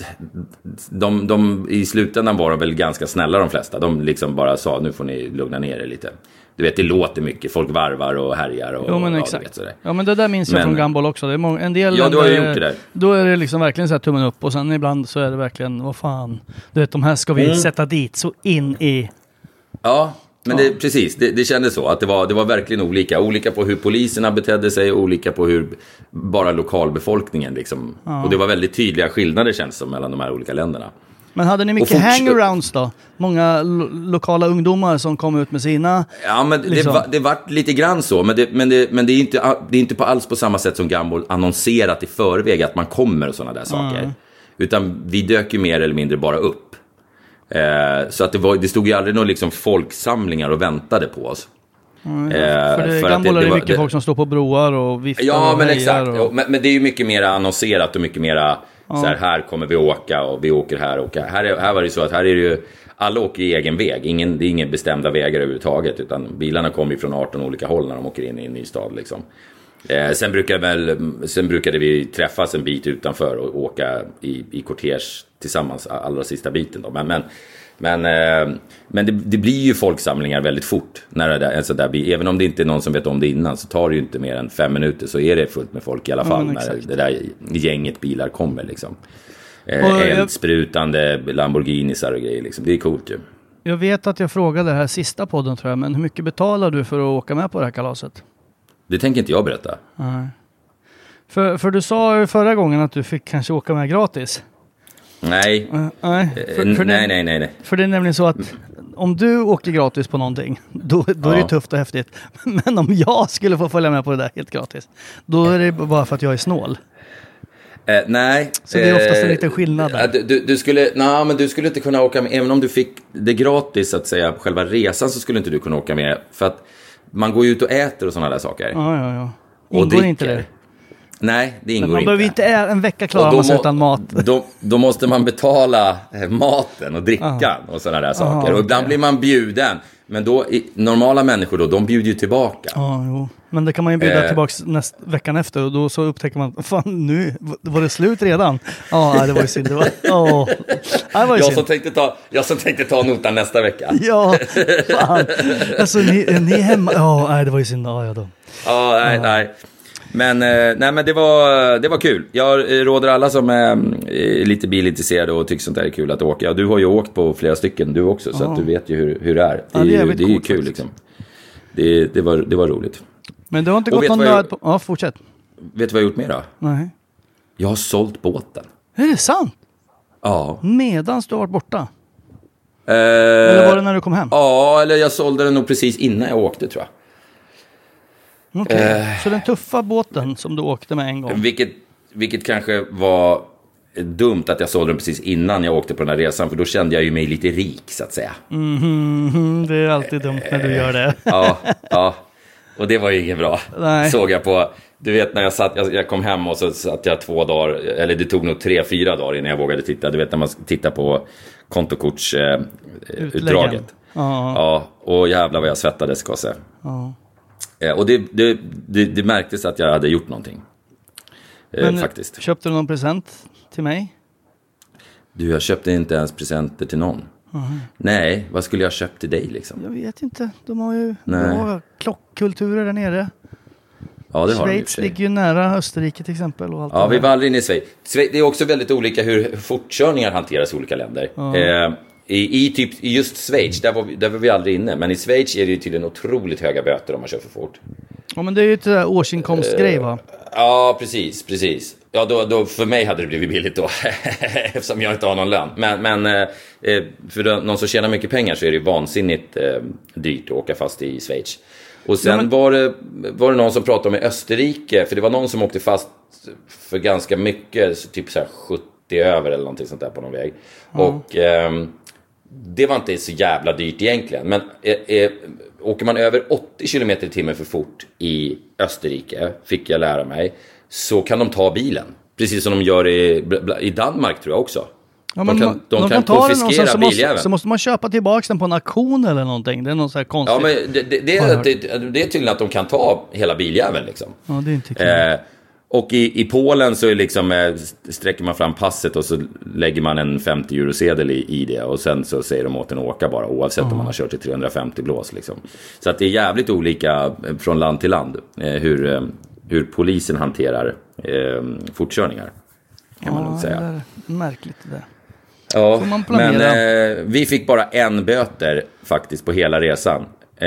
de, de, i slutändan var de väl ganska snälla de flesta. De liksom bara sa, nu får ni lugna ner er lite. Du vet, det låter mycket. Folk varvar och härjar. Och, jo, men ja, exakt. Vet, sådär. Ja, men det där minns jag men, från Gumball också. Det är många, en del ja, du har länder, gjort det där. Då är det liksom verkligen så här tummen upp. Och sen ibland så är det verkligen, vad fan. Du vet, de här ska vi mm. sätta dit så in i... Ja, men ja. Det, precis. Det, det kändes så. Att det var, det var verkligen olika. Olika på hur poliserna betedde sig. Olika på hur bara lokalbefolkningen liksom. Ja. Och det var väldigt tydliga skillnader, känns som, mellan de här olika länderna. Men hade ni mycket hangarounds då? Många lo- lokala ungdomar som kom ut med sina... Ja, men liksom. det, var, det var lite grann så. Men, det, men, det, men det, är inte, det är inte på alls på samma sätt som Gumball annonserat i förväg att man kommer och sådana där saker. Mm. Utan vi dök ju mer eller mindre bara upp. Eh, så att det, var, det stod ju aldrig några liksom folksamlingar och väntade på oss. Mm, eh, för det, för Gumball är det mycket det, folk som står på broar och viftar. Ja, och men exakt. och... Ja, men, men det är ju mycket mer annonserat och mycket mer... Så här, här kommer vi åka och vi åker här och åka. Här, är, här var det så att här är det ju, alla åker i egen väg. Ingen, det är ingen bestämda vägar överhuvudtaget, utan bilarna kommer från arton olika håll när de åker in i en ny stad liksom. Eh, sen, brukar väl, sen brukade vi träffas en bit utanför och åka i, i kortege tillsammans allra sista biten då. Men, men, men, eh, men det, det blir ju folksamlingar väldigt fort när det där, alltså där blir, även om det inte är någon som vet om det innan, så tar det ju inte mer än fem minuter så är det fullt med folk i alla fall, mm, när det där gänget bilar kommer liksom. Eh, eldsprutande Lamborghinisar och grejer liksom. Det är coolt ju. Jag vet att jag frågade det här sista podden, tror jag, men hur mycket betalar du för att åka med på det här kalaset? Det tänker inte jag berätta. Nej. För, för du sa förra gången att du fick kanske åka med gratis. Nej. Uh, nej. För, för nej, det, nej, nej, nej. För det är nämligen så att om du åker gratis på någonting, då, då ja. är det tufft och häftigt. Men om jag skulle få följa med på det där helt gratis, då är det bara för att jag är snål. Eh, nej. Så det är oftast en liten skillnad där. Du, du, du, skulle, nej, men du skulle inte kunna åka med, även om du fick det gratis så att säga, själva resan, så skulle inte du kunna åka med. För att man går ju ut och äter och sådana där saker. Ja, ja, ja. Ingår och dricker. Inte det? Nej, det ingår man inte. Man behöver inte ä- en vecka klara man sig utan mat. Då, då måste man betala maten och drickan Aha. och sådana där saker. Aha, och ibland okay. blir man bjuden. Men då, i, normala människor då, de bjuder ju tillbaka. Ja, jo. Men det kan man ju bjuda eh. tillbaka näst, veckan efter. Och då så upptäcker man, fan nu, var det slut redan? Ja, nej, det var ju synd. Det var, oh. det var ju jag, synd. Som tänkte ta, jag som tänkte ta notan nästa vecka. Ja, fan. Alltså, ni, ni är hemma. Ja, nej, det var ju synd. Ja, ja då. Ja, nej, ja. nej. Men, eh, nej, men det, var, det var kul. Jag råder alla som är eh, lite bilintresserade och tycker sånt där är kul att åka. Ja, du har ju åkt på flera stycken, du också, så att du vet ju hur, hur det är. Det, ja, det är, ju, det är ju kul faktiskt. Liksom. Det, det, var, det var roligt. Men det har inte gått någon nöd på... Ja, fortsätt. Vet du vad jag har gjort mer då? Nej. Jag har sålt båten. Är det sant? Ja. Medans du har varit borta? Eh, eller var det när du kom hem? Ja, eller jag sålde den nog precis innan jag åkte, tror jag. Okej, okay. uh, så den tuffa båten som du åkte med en gång. Vilket, vilket kanske var dumt att jag sålde den precis innan jag åkte på den här resan. För då kände jag ju mig lite rik, så att säga. Mm-hmm, det är alltid dumt när du gör det. ja, ja, och det var ju inget bra. Nej. Såg jag på, du vet när jag satt, jag, jag kom hem och så satt jag två dagar, eller det tog nog tre, fyra dagar innan jag vågade titta. Du vet när man tittar på kontokortsutdraget. Eh, ja, och jävlar vad jag svettades, ska jag säga. Ja. Eh, och det, det, det, det märktes att jag hade gjort någonting. Eh, Men faktiskt. Köpte du någon present till mig? Du, jag köpte inte ens presenter till någon. Mm. Nej, vad skulle jag köpt till dig liksom? Jag vet inte. De har ju bra klockkulturer där nere. Ja, det har Schweiz de ligger ju nära Österrike till exempel. Och allt ja, vi var aldrig inne i Schweiz. Det är också väldigt olika hur fortkörningar hanteras i olika länder. Ja. Eh, i, i, typ, I just Schweiz, där var, vi, där var vi aldrig inne. Men i Schweiz är det ju tydligen otroligt höga böter om man kör för fort. Ja, men det är ju ett där årsinkomstgrej, va? Ja, precis, precis. Ja, då, då, för mig hade det blivit billigt då. Eftersom jag inte har någon lön. Men, men eh, för någon som tjänar mycket pengar så är det ju vansinnigt eh, dyrt att åka fast i Schweiz. Och sen ja, men... var, det, var det någon som pratade om i Österrike. För det var någon som åkte fast för ganska mycket. Typ så här sjuttio över eller någonting sånt där på någon väg. Mm. Och eh, det var inte så jävla dyrt egentligen. Men eh, eh, åker man över åttio kilometer i timmen för fort i Österrike, fick jag lära mig, så kan de ta bilen. Precis som de gör i, i Danmark tror jag också. Ja, men de kan, de de kan, kan ta konfiskera den så biljäveln. måste, så måste man köpa tillbaka den på en auktion eller någonting. Det är något så här konstigt. Ja, men det, det, det, är, det, det är tydligen att de kan ta hela biljäveln liksom. Ja, det är inte kul. Eh, och i, i Polen så är liksom, eh, sträcker man fram passet och så lägger man en femtio eurosedel i, i det. Och sen så säger de åt den att åka bara, oavsett mm. om man har kört i trehundrafemtio blås liksom. Så att det är jävligt olika från land till land eh, hur, eh, hur polisen hanterar eh, fortkörningar. Kan ja, man nog säga. Det är märkligt det där. Ja, men eh, vi fick bara en böter faktiskt på hela resan.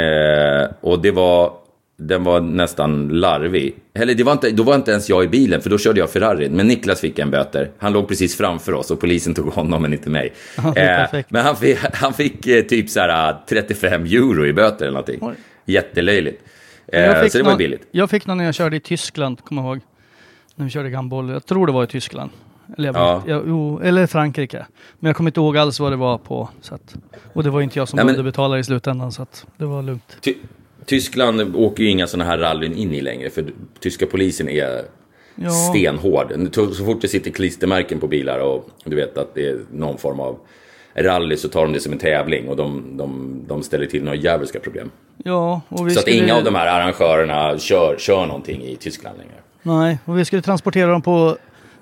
Eh, och det var, den var nästan larvig. Eller det var inte, då var inte ens jag i bilen, för då körde jag Ferrari. Men Niklas fick en böter. Han låg precis framför oss och polisen tog honom, men inte mig. Ja, eh, men han fick, han fick eh, typ så här trettiofem euro i böter eller någonting. Oj. Jättelöjligt. Eh, så det var någon, billigt. Jag fick någon när jag körde i Tyskland, kommer jag ihåg. När vi körde gamboll. Jag tror det var i Tyskland. Eller, jag ja. jag, jo, eller Frankrike. Men jag kommer inte ihåg alls vad det var på. Så att, och det var inte jag som behövde betala i slutändan, så att det var lugnt. Ty- Tyskland åker ju inga sådana här rallyn in i längre, för tyska polisen är ja. stenhård. Så fort det sitter klistermärken på bilar och du vet att det är någon form av rally, så tar de det som en tävling och de, de, de ställer till några jävliga problem. Ja, och vi så skulle... att inga av de här arrangörerna kör, kör någonting i Tyskland längre. Nej, och vi skulle transportera dem på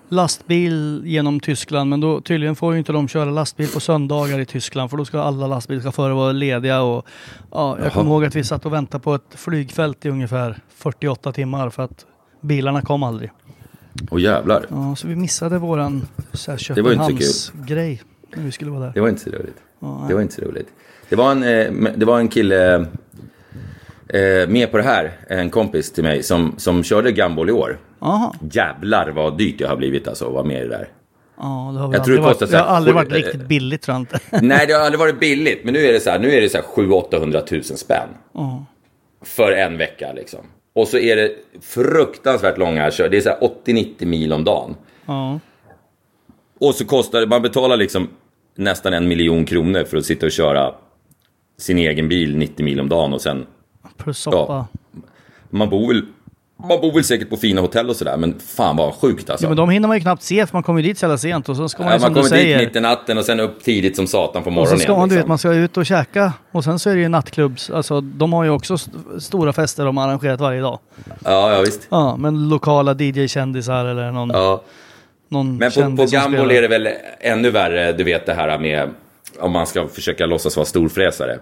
lastbil genom Tyskland, men då tydligen får ju inte de köra lastbil på söndagar i Tyskland, för då ska alla lastbilschaufförer vara lediga. Och ja, jag kommer ihåg att vi satt och väntade på ett flygfält i ungefär fyrtioåtta timmar för att bilarna kom aldrig. Åh jävlar. Ja, så vi missade våran Köpenhamns-grej när vi skulle vara där. Det var inte så roligt. Ja, det var inte så roligt. Det var en, det var en kille eh, med på det här, en kompis till mig som, som körde gamboll i år. Aha. Jävlar vad dyrt det har blivit alltså att vara med i det där. Ja, det har, jag tror det, varit, det har aldrig varit sju, riktigt billigt, tror jag inte. Nej, det har aldrig varit billigt. Men nu är det så här, nu är det så här sju åttahundratusen spänn. Uh. För en vecka liksom. Och så är det fruktansvärt långa kör. Det är så här åttio nittio mil om dagen. Uh. Och så kostar det, man betalar liksom nästan en miljon kronor för att sitta och köra sin egen bil nittio mil om dagen. Och sen, plus soppa. Ja, man bor väl... Man bor väl säkert på fina hotell och sådär, men fan vad sjukt alltså. Ja, men de hinner man ju knappt se, för man kommer ju dit så jävla sent och så ska man ju, ja, som man du kommer säger, dit mitt i natten och sen upp tidigt som satan på morgonen. Och så ska man, liksom. du vet, man ska ut och käka och sen så är det ju nattklubbs. Alltså de har ju också st- stora fester de har arrangerat varje dag. Ja, ja visst. Ja, men lokala D J-kändisar eller någon, ja. någon men på, på gamboll är det väl ännu värre, du vet det här med om man ska försöka låtsas vara storfräsare.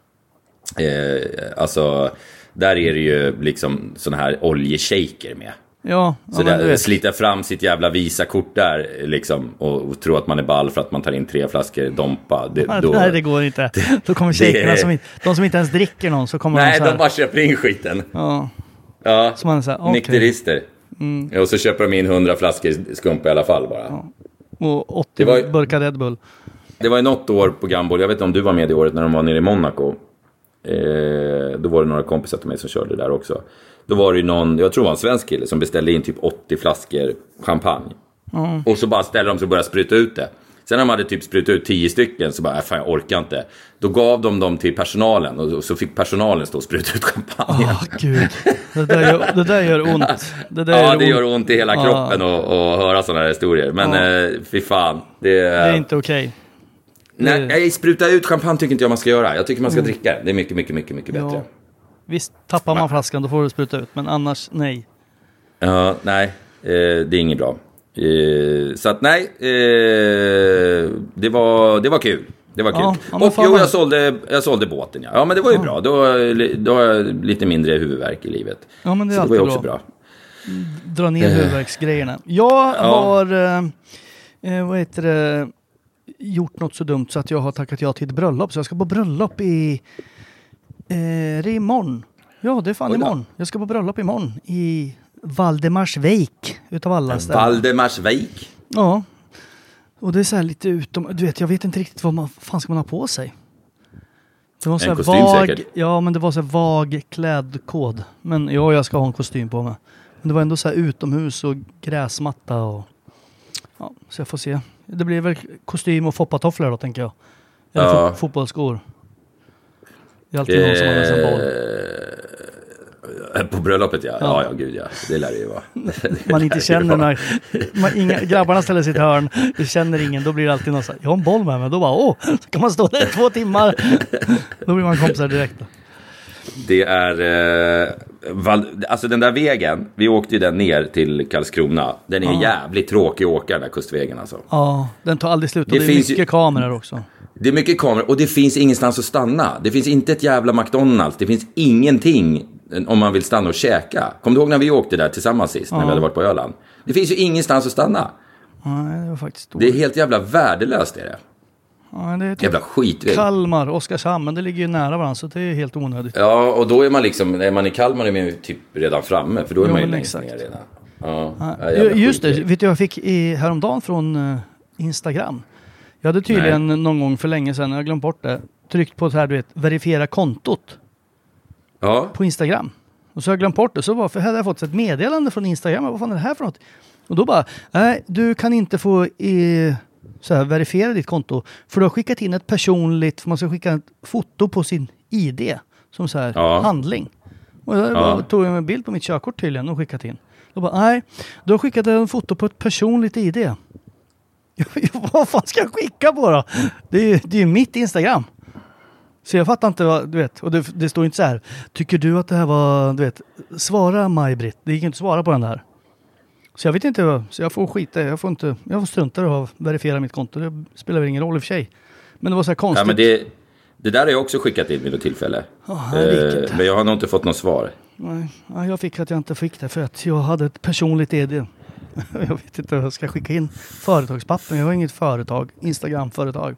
Eh, alltså... Där är det ju liksom såna här oljeshaker med. Ja, så ja, där, slita fram sitt jävla Visa-kort där liksom, och, och tro att man är ball för att man tar in tre flaskor Dompa. Det, ja, då, nej, det går inte. Då kommer shakerna som inte, de som inte ens dricker någon, så kommer nej, de så här. de bara köper in skiten. Ja. Ja, så man så här, okay. Nykterister. Mm. Ja, och så köper de in hundra flaskor skumpa i alla fall bara. Ja. Och åttio var, burkar Red Bull. Det var ju något år på gamboll, jag vet inte om du var med det året när de var nere i Monaco. Eh, då var det några kompisar till mig som körde där också. Då var det ju någon, jag tror det var en svensk kille som beställde in typ åttio flaskor champagne. Mm. Och så bara ställde de sig och började spruta ut det. Sen när de hade typ sprutat ut tio stycken så bara, äh, fan jag orkar inte. Då gav de dem till personalen och så fick personalen stå och spruta ut champagne. Åh oh, gud, det där gör, det där gör ont. Det där ja, gör det ont. gör ont i hela kroppen och, och höra sådana här historier. Men ja. eh, fy fan. Det, det är inte okej. Okay. Nej, spruta ut champagne tycker inte jag man ska göra. Jag tycker man ska mm. dricka. Det är mycket, mycket, mycket, mycket bättre. Visst, tappar man flaskan då får du spruta ut, men annars nej. Ja, nej, eh, det är inget bra. Eh, så att nej, eh, det, var, det var kul. Det var kul. Ja, ja, och jo, jag sålde, jag sålde båten, ja. Ja, men det var ju ja. bra. Då, då har jag lite mindre huvudvärk i livet. Ja, men det är så alltid det var ju också bra. bra. Dra ner eh. huvudvärksgrejerna. Jag ja. har, eh, vad heter det, gjort något så dumt så att jag har tackat ja till ett bröllop. Så jag ska på bröllop i, eh, det är imorgon. Ja, det är fan imorgon. Jag ska på bröllop imorgon i Valdemarsvik utav alla ställen. Valdemarsvik? Ja. Och det är så här lite utom... Du vet, jag vet inte riktigt vad man fan ska man ha på sig. Det var så en här kostym vag, säkert. Ja, men det var så här vag klädkod. Men ja, jag ska ha en kostym på mig. Men det var ändå så här utomhus och gräsmatta och... Ja, så jag får se. Det blir väl kostym och foppatofflor då, tänker jag. Eller ja. fot- fotbollsskor. Det är alltid eh... någon som har med sig en boll. På bröllopet, ja. Ja, ja, gud, ja. Det lär det ju vara. Man inte känner när man, inga, grabbarna ställer sitt hörn, du känner ingen, då blir det alltid någon så här, jag har en boll med mig, då bara, åh, så kan man stå där två timmar. Då blir man kompisar direkt. Då. Det är, eh, val, alltså den där vägen, vi åkte ju den ner till Karlskrona. Den är ja. jävligt tråkig att åka, den där kustvägen alltså. Ja, den tar aldrig slut och det, det är finns mycket ju, kameror också. Det är mycket kameror och det finns ingenstans att stanna. Det finns inte ett jävla McDonalds, det finns ingenting om man vill stanna och käka. Kommer du ihåg när vi åkte där tillsammans sist, ja. när vi hade varit på Öland? Det finns ju ingenstans att stanna. Nej, det var faktiskt det är helt jävla värdelöst är det. Ja, det är typ jävla skitväg. Kalmar, Oskarshamn, men det ligger ju nära varandra så det är helt onödigt. Ja, och då är man liksom, när man i Kalmar är man typ redan framme, för då är jo, man ju längst ner redan. Ja, ja, just det, vet du, jag fick i, häromdagen från uh, Instagram. Jag hade tydligen Nej. någon gång för länge sedan, jag har glömt bort det, tryckt på så här, du vet, verifiera kontot. Ja. På Instagram. Och så har jag glömt bort det. Så varför hade jag fått ett meddelande från Instagram. Vad fan är det här för något? Och då bara, nej, du kan inte få i, så här, verifiera ditt konto. För du har skickat in ett personligt, för man ska skicka ett foto på sin I D. Som så här, ja. handling. Och jag ja. tog en bild på mitt körkort tydligen och skickat in. Då bara, nej, du har skickat en foto på ett personligt I D. Vad fan ska jag skicka på då? Det är ju det är mitt Instagram. Så jag fattar inte vad, du vet, och det, det står inte så här, tycker du att det här var, du vet, svara Maj-Britt, det gick inte att svara på den där. Så jag vet inte vad, så jag får skita, jag får inte, jag får strunta och verifiera mitt konto, det spelar väl ingen roll i och för sig. Men det var så här konstigt. Ja, men det, det där har jag också skickat in vid något tillfälle. Oh, eh, men jag har nog inte fått något svar. Nej, jag fick att jag inte fick det för att jag hade ett personligt E D. Jag vet inte hur jag ska skicka in företagspappen, jag har inget företag, Instagram-företag.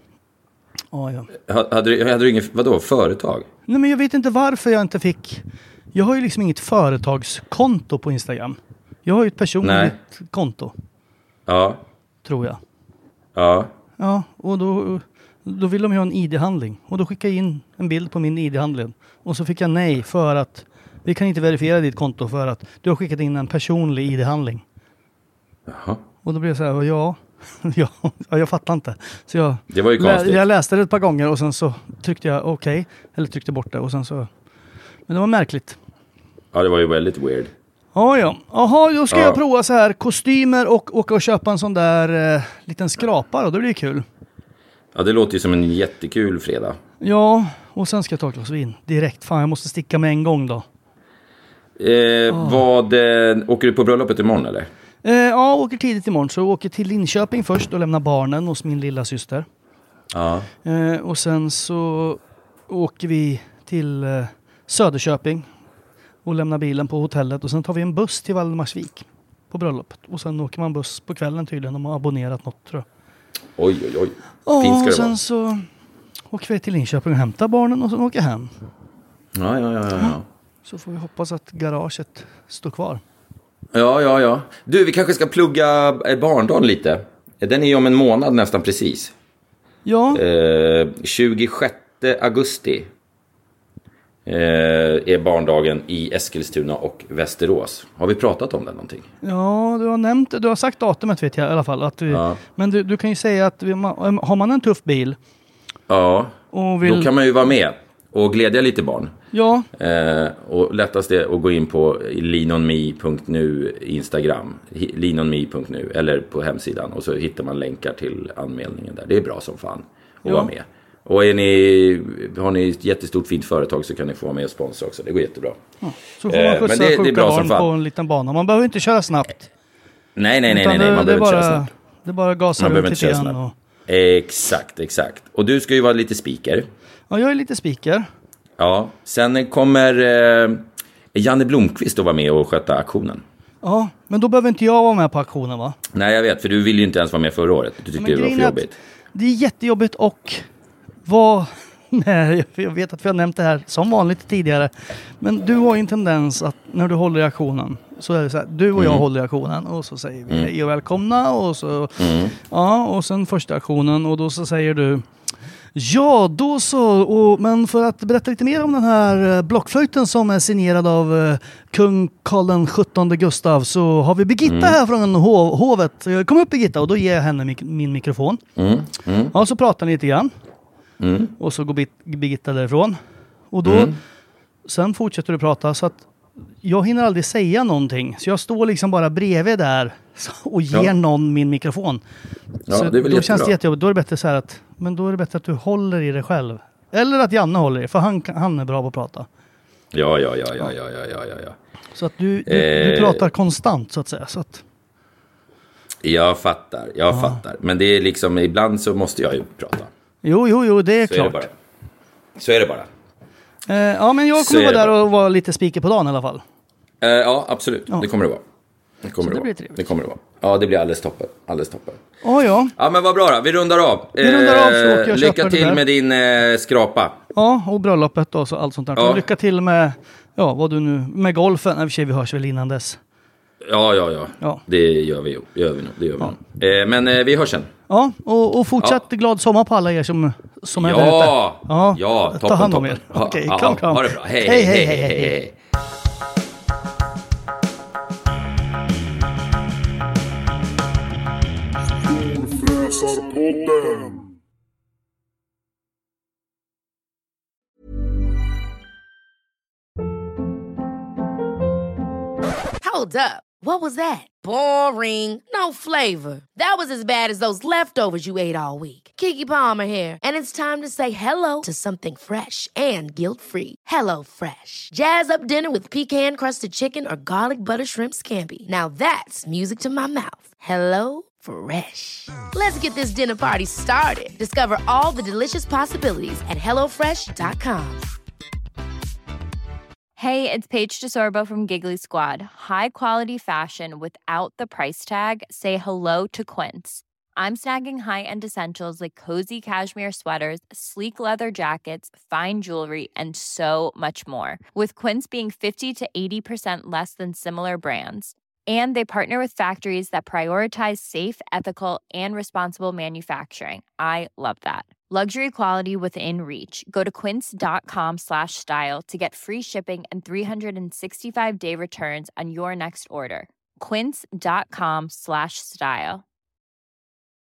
Oh, ja. Hade du, hade du inget, vadå, företag? Nej, men jag vet inte varför jag inte fick. Jag har ju liksom inget företagskonto på Instagram. Jag har ju ett personligt Nej. konto. Ja. Tror jag. Ja. Ja, och då, då vill de ha en I D-handling. Och då skickade jag in en bild på min I D-handling. Och så fick jag nej för att vi kan inte verifiera ditt konto för att du har skickat in en personlig I D-handling. Jaha. Och då blev jag så här, ja... ja, jag fattar inte. Så jag, det var ju konstigt. Lä, jag läste det ett par gånger och sen så tryckte jag okej. Okay, eller tryckte bort det och sen så... Men det var märkligt. Ja, det var ju väldigt weird. Ja, ja. Jaha, då ska ja. jag prova så här kostymer och åka och köpa en sån där eh, liten skrapare och då blir det kul. Ja, det låter ju som en jättekul fredag. Ja, och sen ska jag ta ett glas vin direkt. Fan, jag måste sticka med en gång då. Eh, oh. Vad, eh, åker du på bröllopet imorgon eller? Eh, ja, åker tidigt imorgon. Så jag åker till Linköping först och lämnar barnen hos min lilla syster. Ja. Eh, och sen så åker vi till eh, Söderköping och lämnar bilen på hotellet. Och sen tar vi en buss till Valdemarsvik på bröllopet. Och sen åker man buss på kvällen tydligen om man har abonnerat något, tror jag. Oj, oj, oj. Ja, Fint ska det och sen vara. så åker vi till Linköping och hämtar barnen och sen åker hem. Ja, ja, ja, ja. ja. Så får vi hoppas att garaget står kvar. Ja, ja, ja. Du, vi kanske ska plugga barndagen lite. Den är ju om en månad nästan precis. Ja. Eh, tjugosjätte augusti eh, är barndagen i Eskilstuna och Västerås. Har vi pratat om det någonting? Ja, du har nämnt, du har sagt datumet vet jag i alla fall. Att vi, ja. Men du, du kan ju säga att vi, har man en tuff bil. Ja, och vill, då kan man ju vara med och glädja lite barn. Ja. Eh, och lättast är att gå in på leanonme punkt nu Instagram, leanonme punkt nu eller på hemsidan och så hittar man länkar till anmälningen där. Det är bra som fan att ja. vara med. Och är ni, har ni ett jättestort fint företag så kan ni få med och sponsra också. Det går jättebra. Ja, så får man skjutsa eh, sjuka barn på en liten bana. Man behöver inte köra snabbt. Nej, nej, nej, nej, nej. Man det, behöver bara, inte köra snabbt. Det är bara gasa runt lite igen. Och... Exakt, exakt. Och du ska ju vara lite speaker. Ja, jag är lite speaker. Ja, sen kommer eh, Janne Blomqvist att vara med och sköta aktionen. Ja, men då behöver inte jag vara med på aktionen, va? Nej, jag vet, för du vill ju inte ens vara med förra året. Du tyckte ja, det var för jobbigt. Det är jättejobbigt och vad... Nej, jag vet att vi har nämnt det här som vanligt tidigare. Men du har ju en tendens att när du håller i aktionen så är det så här, du och jag mm. håller i aktionen och så säger vi mm. hej och välkomna och så mm. ja, och sen första aktionen och då så säger du ja, då så, och, men för att berätta lite mer om den här blockflöjten som är signerad av uh, kung Karl den sjuttonde Gustav så har vi Birgitta mm. här från hov, hovet. Kom upp Birgitta och då ger jag henne mik- min mikrofon. Mm. Mm. Ja, så pratar ni lite grann. Mm. Och så går Birgitta därifrån. Och då mm. sen fortsätter du prata så att jag hinner aldrig säga någonting. Så jag står liksom bara bredvid där och ger ja. någon min mikrofon. Ja, så det är väl då jättebra. Känns det jättejobbigt. Då är det bättre så här att men då är det bättre att du håller i det själv. Eller att Janne håller i det, för han, han är bra på att prata. Ja, ja, ja, ja, ja, ja, ja, ja. Så att du, du, eh. du pratar konstant så att säga. Så att... Jag fattar, jag ja. fattar. Men det är liksom, ibland så måste jag ju prata. Jo, jo, jo, det är så klart. Är det bara. Så är det bara. Eh, ja, men jag kommer vara där bara. och vara lite speaker på dagen i alla fall. Eh, ja, absolut. Ja. Det kommer det vara. Det kommer det, det, vara. Blir det kommer det vara. Ja, det blir alldeles toppen. Alldeles toppen. Oh, ja. Ja, men vad bra då. Vi rundar av. Vi rundar av så åker jag lycka till med din eh, skrapa. Ja, och bröllopet och så, allt sånt där. Ja. Lycka till med, ja, vad du nu, med golfen. Nej, vi, vi hörs väl innan dess. Ja, ja, ja, ja. Det gör vi ju. Det gör vi nog. Det gör vi ja. nog. Eh, men eh, vi hörs sen. Ja, och, och fortsätt ja. glad sommar på alla er som, som är ja. där ute. Ja, ja, toppen, ta hand om toppen. er. Okej, okay, kram, kram. Ha det bra. Hej, hej, hej, hej, hej. hej. Hold up. What was that? Boring. No flavor. That was as bad as those leftovers you ate all week. Keke Palmer here, and it's time to say hello to something fresh and guilt-free. Hello Fresh. Jazz up dinner with pecan-crusted chicken or garlic butter shrimp scampi. Now that's music to my mouth. Hello Fresh. Let's get this dinner party started. Discover all the delicious possibilities at hello fresh dot com. Hey, it's Paige DeSorbo from Giggly Squad. High quality fashion without the price tag. Say hello to Quince. I'm snagging high-end essentials like cozy cashmere sweaters, sleek leather jackets, fine jewelry, and so much more. With Quince being fifty to eighty percent less than similar brands. And they partner with factories that prioritize safe, ethical, and responsible manufacturing. I love that. Luxury quality within reach. Go to quince.com slash style to get free shipping and three sixty-five day returns on your next order. Quince.com slash style.